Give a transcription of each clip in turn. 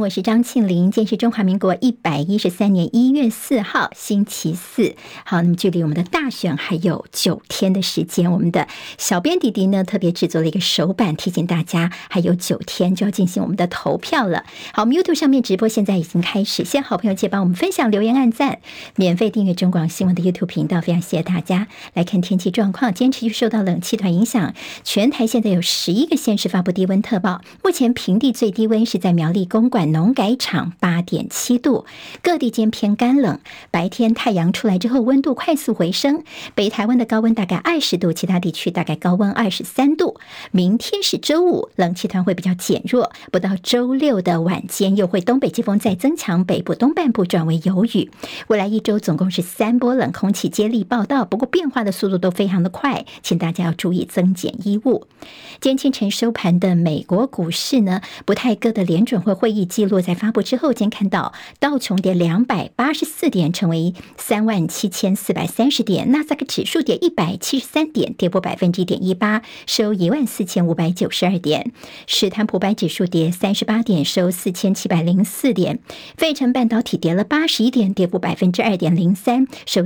我是张庆玲，今天是中华民国113年1月4号星期四。好，那么距离我们的大选还有9天的时间，我们的小编弟弟呢特别制作了一个手板，提醒大家还有9天就要进行我们的投票了。好，我们 YouTube 上面直播现在已经开始，谢谢好朋友借帮我们分享、留言、按赞，免费订阅中广新闻的 YouTube 频道，非常谢谢大家。来看天气状况，今天持续受到冷气团影响，全台现在有11个县市发布低温特报，目前平地最低温是在苗栗公馆农改场 8.7 度，各地间偏干冷，白天太阳出来之后温度快速回升，北台湾的高温大概20度，其他地区大概高温23度。明天是周五，冷气团会比较减弱，不到周六的晚间又会东北季风再增强，北部东半部转为有雨。未来一周总共是3波冷空气接力报道，不过变化的速度都非常的快，请大家要注意增减衣物。今天清晨收盘的美国股市呢，不太割的联准会会议记录在发布之后，今天看到道琼跌284点，成为37430点，纳斯达克指数跌173点，跌幅1.18%，收14592点，史坦普白指数跌38点，收4704点，费城半导体跌了81点，跌幅2.03%，收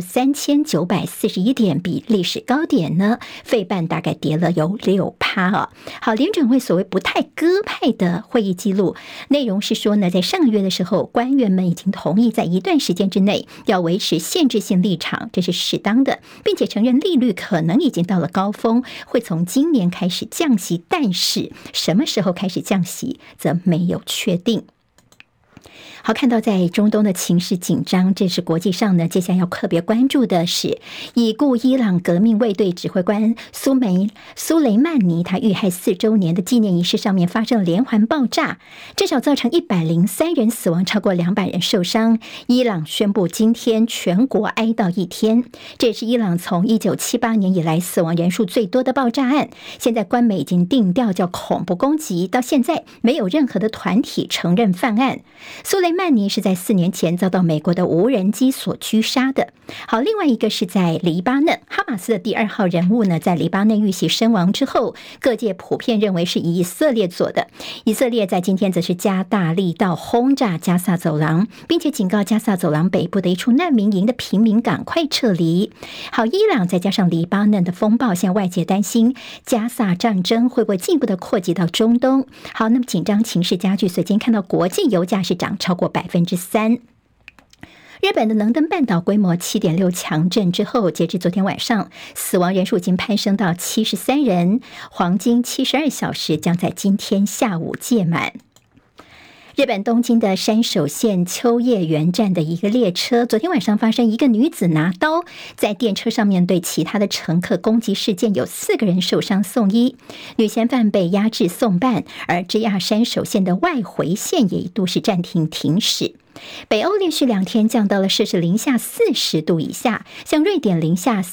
3941点，比历史高点呢，费半大概跌了有6%哦。好，联准会所谓不太鸽派的会议记录内容是说呢，在上个月的时候，官员们已经同意在一段时间之内要维持限制性立场，这是适当的，并且承认利率可能已经到了高峰，会从今年开始降息，但是什么时候开始降息则没有确定。好，看到在中东的情势紧张，这是国际上呢，接下来要特别关注的是已故伊朗革命卫队指挥官苏雷曼尼他遇害4周年的纪念仪式上面发生了连环爆炸，至少造成103人死亡，超过200人受伤。伊朗宣布今天全国哀悼1天，这也是伊朗从1978年以来死亡人数最多的爆炸案。现在官媒已经定调叫恐怖攻击，到现在没有任何的团体承认犯案。苏雷曼尼是在4年前遭到美国的无人机所狙杀的。好，另外一个是在黎巴嫩，哈马斯的第2号人物呢，在黎巴嫩遇袭身亡之后，各界普遍认为是以色列做的。以色列在今天则是加大力道轰炸加萨走廊，并且警告加萨走廊北部的一处难民营的平民赶快撤离。好，伊朗再加上黎巴嫩的风暴，现在外界担心加萨战争会不会进一步的扩及到中东。好，那么紧张情势加剧，所以今天看到国际油价是涨超过3%。日本的能登半岛规模 7.6 强震之后，截至昨天晚上，死亡人数已经攀升到73人，黄金72小时将在今天下午届满。日本东京的山手线秋叶原站的一个列车，昨天晚上发生一个女子拿刀在电车上面对其他的乘客攻击事件，有4个人受伤送医，女嫌犯被押至送办，而 JR 山手线的外回线也一度是暂停停驶。北欧连续2天降到了摄氏-40度以下，像瑞典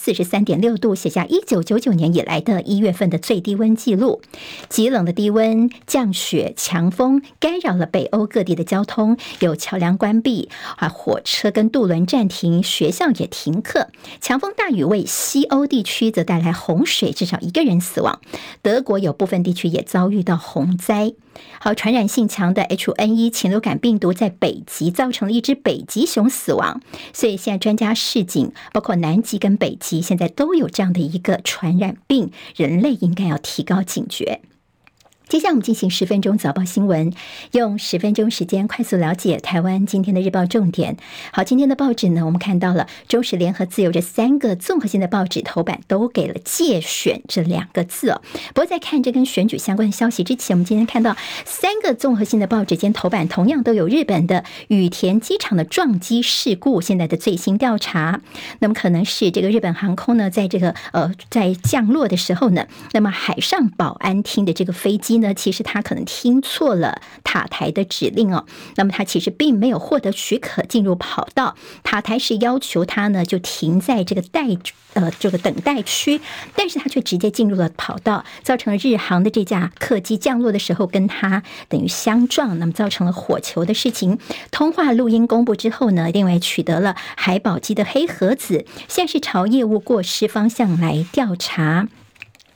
-43.6度，写下1999年以来的1月份的最低温纪录。极冷的低温、降雪、强风干扰了北欧各地的交通，有桥梁关闭，火车跟渡轮暂停，学校也停课。强风大雨为西欧地区则带来洪水，至少1个人死亡。德国有部分地区也遭遇到洪灾。好，传染性强的 H1N1 禽流感病毒在北极造成了一只北极熊死亡，所以现在专家示警，包括南极跟北极现在都有这样的一个传染病，人类应该要提高警觉。接下来我们进行10分钟早报新闻，用10分钟时间快速了解台湾今天的日报重点。好，今天的报纸呢，我们看到了中时、联合、自由这3个综合性的报纸头版都给了介选这2个字哦。不过在看这跟选举相关的消息之前，我们今天看到3个综合性的报纸间头版同样都有日本的羽田机场的撞击事故现在的最新调查。那么可能是这个日本航空呢，在这个在降落的时候呢，那么海上保安厅的这个飞机呢，其实他可能听错了塔台的指令哦，那么他其实并没有获得许可进入跑道，塔台是要求他呢就停在这个等待区，但是他却直接进入了跑道，造成了日航的这架客机降落的时候跟他等于相撞，那么造成了火球的事情。通话录音公布之后呢，另外取得了海保机的黑盒子，现在是朝业务过失方向来调查。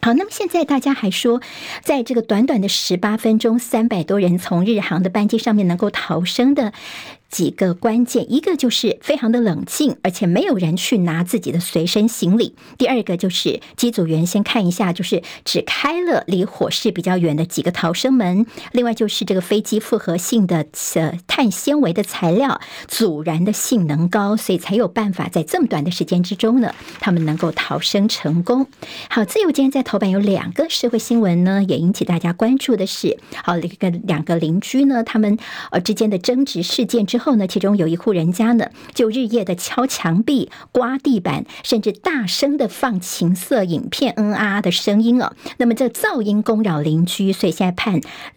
好，那么现在大家还说，在这个短短的18分钟，300多人从日航的班机上面能够逃生的几个关键，一个就是非常的冷静，而且没有人去拿自己的随身行李。第二个就是机组员先看一下，就是只开了离火势比较远的几个逃生门。另外就是这个飞机复合性的碳纤维的材料阻燃的性能高，所以才有办法在这么短的时间之中呢，他们能够逃生成功。好，自由今天在头版有2个社会新闻呢，也引起大家关注的是，好，两个邻居呢，他们之间的争执事件之后呢，其中有一户人家呢，就日夜的敲墙壁、刮地板，甚至大声的放情色影片，的声音哦。那么这噪音攻扰邻居，所以现在判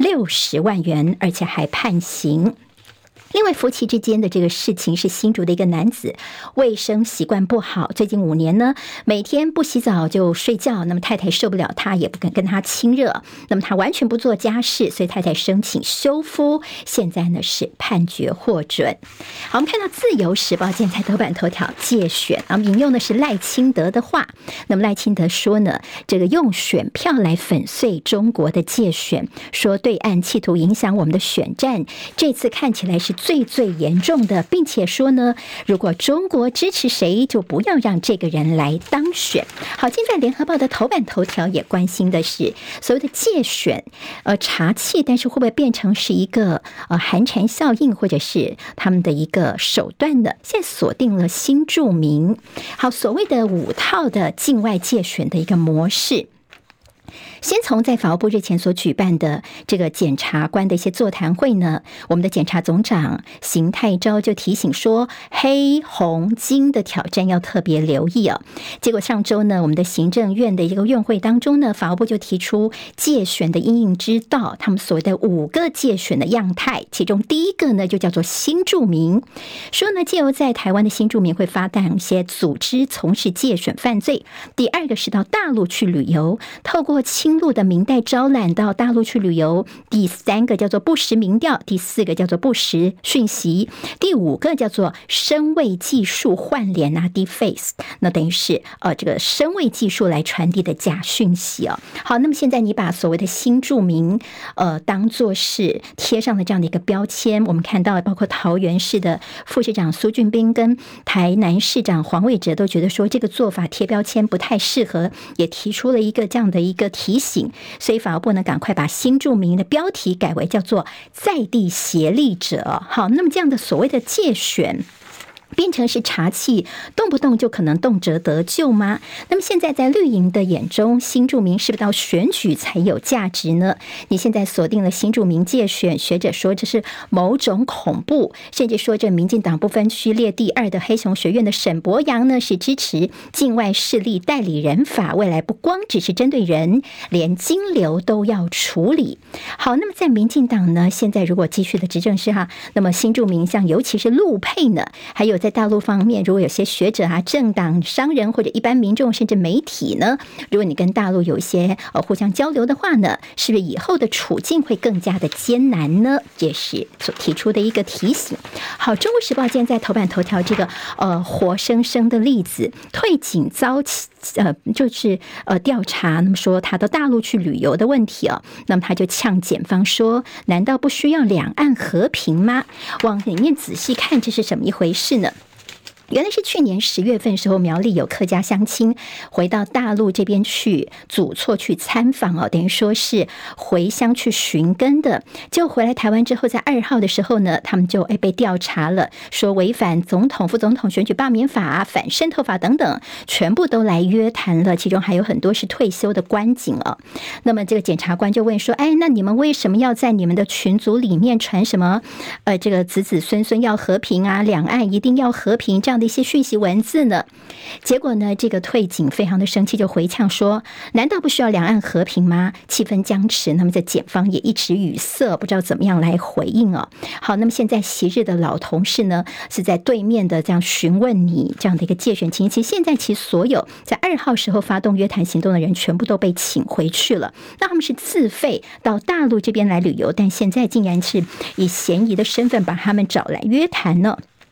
60万元，而且还判刑。另外，夫妻之间的这个事情是新竹的一个男子卫生习惯不好，最近5年呢，每天不洗澡就睡觉，那么太太受不了他，也不肯跟他亲热，那么他完全不做家事，所以太太申请休夫，现在呢是判决获准。好，我们看到自由时报今天头版头条介选，我们引用的是赖清德的话，那么赖清德说呢，这个用选票来粉碎中国的介选，说对岸企图影响我们的选战，这次看起来是最严重的，并且说呢，如果中国支持谁，就不要让这个人来当选。好，现在联合报的头版头条也关心的是所谓的介选，查气，但是会不会变成是一个寒蝉效应，或者是他们的一个手段呢？现在锁定了新住民。好，所谓的5套的境外介选的一个模式。先从在法务部日前所举办的这个检察官的一些座谈会呢，我们的检察总长邢泰钊就提醒说，黑红金的挑战要特别留意哦。结果上周呢，我们的行政院的一个院会当中呢，法务部就提出介选的因应之道，他们所谓的5个介选的样态，其中第一个呢就叫做新住民，说呢借由在台湾的新住民会发动一些组织从事介选犯罪。第二个是到大陆去旅游，透过侵路的民代招揽到大陆去旅游。第3个叫做不实民调，第4个叫做不实讯息，第5个叫做声位技术换脸deepface， 那等于是这个声位技术来传递的假讯息哦。好，那么现在你把所谓的新住民当作是贴上了这样的一个标签，我们看到包括桃园市的副市长苏俊斌跟台南市长黄伟哲都觉得说这个做法贴标签不太适合，也提出了一个这样的一个提醒，所以法务部呢赶快把新住民的标题改为叫做在地协力者。好，那么这样的所谓的介选变成是查气，动不动就可能动辄得咎吗？那么现在在绿营的眼中，新住民是不是到选举才有价值呢？你现在锁定了新住民介选，学者说这是某种恐怖，甚至说这民进党不分区列第2的黑熊学院的沈伯洋呢是支持境外势力代理人法，未来不光只是针对人，连金流都要处理。好，那么在民进党呢，现在如果继续的执政是那么新住民像尤其是陆配呢，还有在大陆方面，如果有些学者政党、商人或者一般民众甚至媒体呢，如果你跟大陆有一些互相交流的话呢，是不是以后的处境会更加的艰难呢？这是所提出的一个提醒。好，中国时报今天在头版头条这个活生生的例子，退警遭就是调查，那么说他到大陆去旅游的问题那么他就呛检方说，难道不需要两岸和平吗？往里面仔细看，这是什么一回事呢？原来是去年10月份的时候，苗栗有客家乡亲回到大陆这边去祖厝去参访等于说是回乡去寻根的。就回来台湾之后，在2号的时候呢，他们就被调查了，说违反总统、副总统选举罢免法、反渗透法等等，全部都来约谈了。其中还有很多是退休的官警那么这个检察官就问说，那你们为什么要在你们的群组里面传什么这个子子孙孙要和平两岸一定要和平这样的一些讯息文字呢？结果呢，这个退警非常的生气，就回呛说，难道不需要两岸和平吗？气氛僵持，那么在检方也一直语塞，不知道怎么样来回应好，那么现在昔日的老同事呢，是在对面的这样询问你这样的一个介选情形。现在其实所有在2号时候发动约谈行动的人全部都被请回去了，那他们是自费到大陆这边来旅游，但现在竟然是以嫌疑的身份把他们找来约谈呢。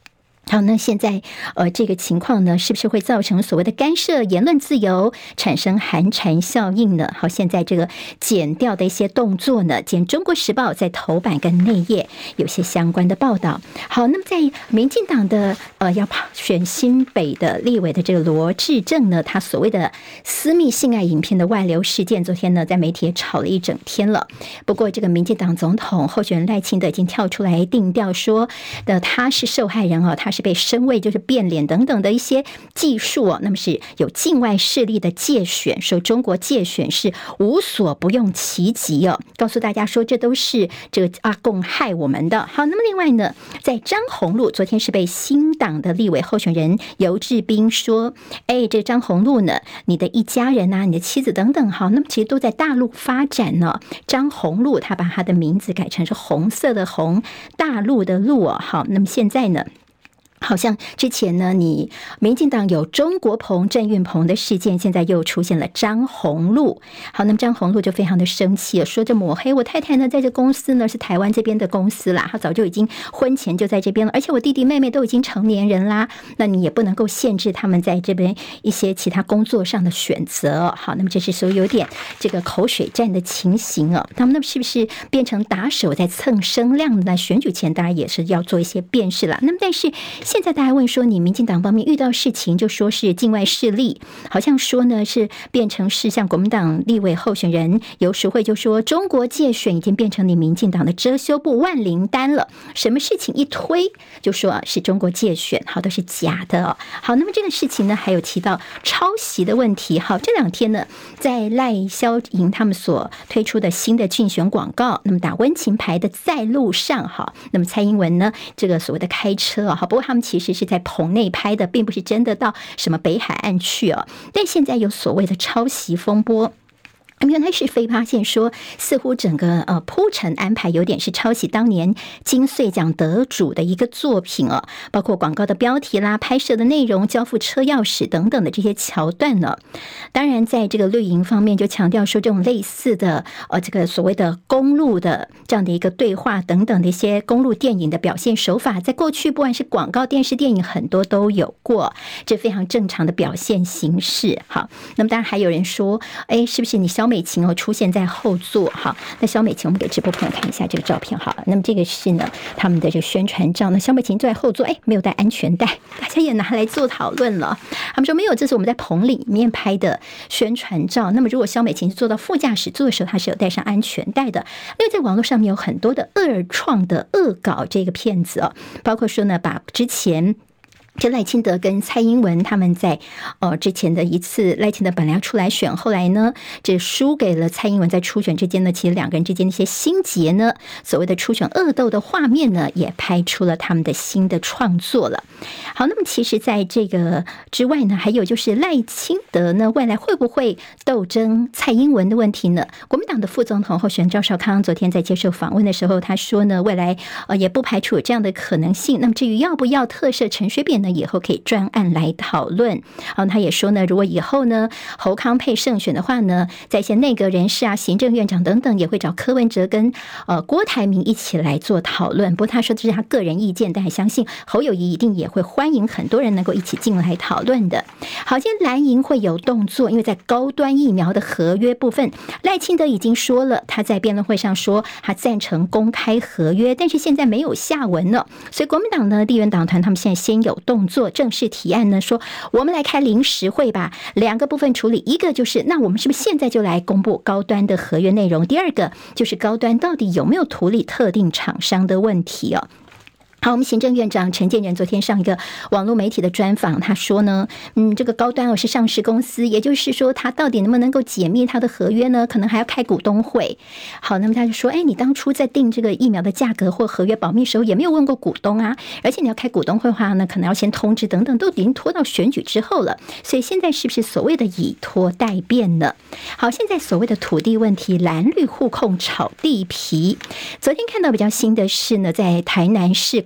好，那现在这个情况呢，是不是会造成所谓的干涉言论自由，产生寒蝉效应呢？好，现在这个检调的一些动作呢，见《中国时报》在头版跟内页有些相关的报道。好，那么在民进党的要选新北的立委的这个罗致政呢，他所谓的私密性爱影片的外流事件，昨天呢在媒体也吵了一整天了。不过这个民进党总统候选人赖清德已经跳出来定调说的他是受害人他是被身为就是变脸等等的一些技术那么是有境外势力的介选，说中国介选是无所不用其极告诉大家说这都是这个阿共害我们的。好，那么另外呢，在张宏陆昨天是被新党的立委候选人游志斌说，这个张宏陆呢，你的一家人你的妻子等等，好，那么其实都在大陆发展呢。张宏陆他把他的名字改成是红色的红，大陆的陆好，那么现在呢，好像之前呢，你民进党有中国鹏、郑运鹏的事件，现在又出现了张宏陆。好，那么张宏陆就非常的生气了，说这抹黑我太太呢，在这公司呢是台湾这边的公司啦，他早就已经婚前就在这边了，而且我弟弟妹妹都已经成年人啦，那你也不能够限制他们在这边一些其他工作上的选择。好，那么这是说有点这个口水战的情形他们那是不是变成打手在蹭声量呢？选举前当然也是要做一些辨识啦。那么但是现在大家问说，你民进党方面遇到事情就说是境外势力，好像说呢是变成是像国民党立委候选人游淑慧就说，中国介选已经变成你民进党的遮羞布万灵丹了，什么事情一推就说是中国介选，好，都是假的好，那么这个事情呢，还有提到抄袭的问题。好，这两天呢，在赖萧莹他们所推出的新的竞选广告，那么打温情牌的在路上好，那么蔡英文呢，这个所谓的开车好，不过他们其实是在棚内拍的，并不是真的到什么北海岸去但现在有所谓的抄袭风波。原来是非发现说，似乎整个铺陈安排有点是抄袭当年金穗奖得主的一个作品包括广告的标题啦、拍摄的内容、交付车钥匙等等的这些桥段呢。当然，在这个绿营方面就强调说，这种类似的这个所谓的公路的这样的一个对话等等的一些公路电影的表现手法，在过去不管是广告、电视、电影很多都有过，这非常正常的表现形式。好，那么当然还有人说，是不是你萧美琴出现在后座？好，那萧美琴，我们给直播朋友看一下这个照片。好了，那么这个是呢他们的这个宣传照。那萧美琴坐在后座，没有带安全带，大家也拿来做讨论了。他们说没有，这是我们在棚里面拍的宣传照。那么如果萧美琴坐到副驾驶座的时候，她是有带上安全带的。因为在网络上面有很多的二创的恶搞这个骗子包括说呢，把之前这赖清德跟蔡英文他们在之前的一次，赖清德本来要出来选，后来呢这输给了蔡英文，在初选之间呢，其实两个人之间的一些心结呢，所谓的初选恶斗的画面呢，也拍出了他们的新的创作了。好，那么其实在这个之外呢，还有就是赖清德呢未来会不会斗争蔡英文的问题呢？国民党的副总统候选人赵少康昨天在接受访问的时候，他说呢，未来也不排除有这样的可能性。那么至于要不要特赦陈水扁呢，以后可以专案来讨论。他也说呢，如果以后呢侯康配胜选的话呢，在一些内阁人士行政院长等等，也会找柯文哲跟郭台铭一起来做讨论。不过他说这是他个人意见，但还相信侯友宜一定也会欢迎很多人能够一起进来讨论的。好，今天蓝营会有动作，因为在高端疫苗的合约部分，赖清德已经说了，他在辩论会上说他赞成公开合约，但是现在没有下文了。所以国民党呢，立院党团他们现在先有动作，正式提案呢说，我们来开临时会吧，两个部分处理，一个就是那我们是不是现在就来公布高端的合约内容，第二个就是高端到底有没有图利特定厂商的问题好，我们行政院长陈建仁昨天上一个网络媒体的专访，他说呢，这个高端是上市公司，也就是说他到底能不能够解密他的合约呢？可能还要开股东会。好，那么他就说，你当初在定这个疫苗的价格或合约保密时候，也没有问过股东啊，而且你要开股东会的话呢，可能要先通知等等，都已经拖到选举之后了，所以现在是不是所谓的以拖待变呢？好，现在所谓的土地问题，蓝绿互控炒地皮。昨天看到比较新的是呢，在台南市国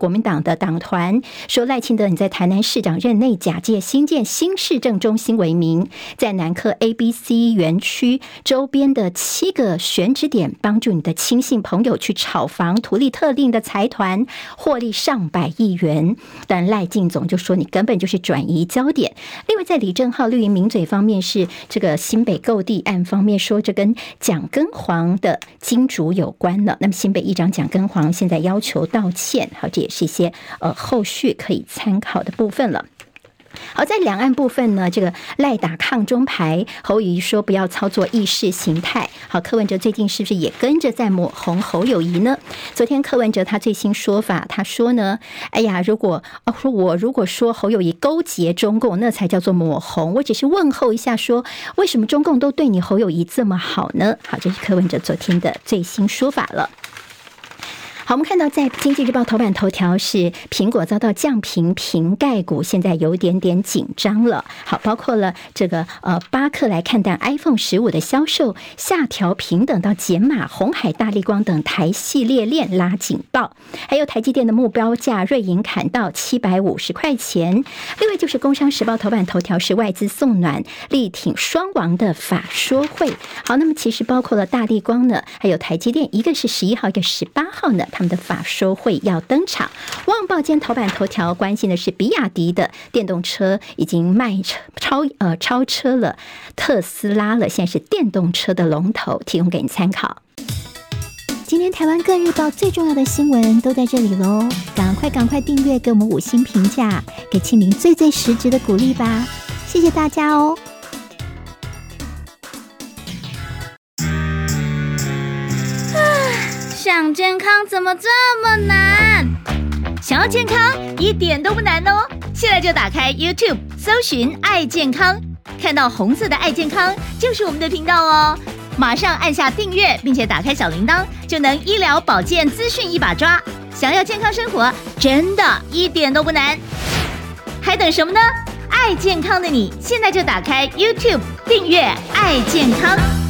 国民党的党团，说赖清德你在台南市长任内假借新建新市政中心为名，在南科 ABC 园区周边的7个选址点，帮助你的亲信朋友去炒房图利特定的财团，获利上百亿元。但赖进总就说你根本就是转移焦点。另外在李正皓绿营名嘴方面是这个新北购地案方面说这跟蒋根煌的金主有关了，那么新北议长蒋根煌现在要求道歉，好，这也是一些后续可以参考的部分了。好，在两岸部分呢，这个赖打抗中牌，侯友宜说不要操作意识形态。好，柯文哲最近是不是也跟着在抹红侯友宜呢？昨天柯文哲他最新说法，他说呢，哎呀，如果说侯友宜勾结中共，那才叫做抹红。我只是问候一下说，为什么中共都对你侯友宜这么好呢？好，这是柯文哲昨天的最新说法了。好，我们看到在经济日报头版头条是苹果遭到降评，瓶盖股现在有点紧张了。好，包括了这个巴克来看淡 iPhone 15的销售下调平等到减码，鸿海、大立光等台系列链拉警报，还有台积电的目标价瑞银砍到750块钱。另外就是工商时报头版头条是外资送暖，力挺双王的法说会。好，那么其实包括了大立光呢，还有台积电，一个是11号，一个18号呢，他们的法说会要登场。旺报今天头版头条关心的是比亚迪的电动车已经超车了特斯拉了，现在是电动车的龙头，提供给你参考。 今天台湾各日报最重要的新闻都在这里咯，赶快订阅，给我们5星评价，给庆明最实质的鼓励吧，谢谢大家哦。 想健康怎么这么难？想要健康一点都不难哦！现在就打开 YouTube 搜寻爱健康，看到红色的爱健康就是我们的频道哦。马上按下订阅，并且打开小铃铛，就能医疗保健资讯一把抓。想要健康生活，真的一点都不难，还等什么呢？爱健康的你，现在就打开 YouTube 订阅爱健康。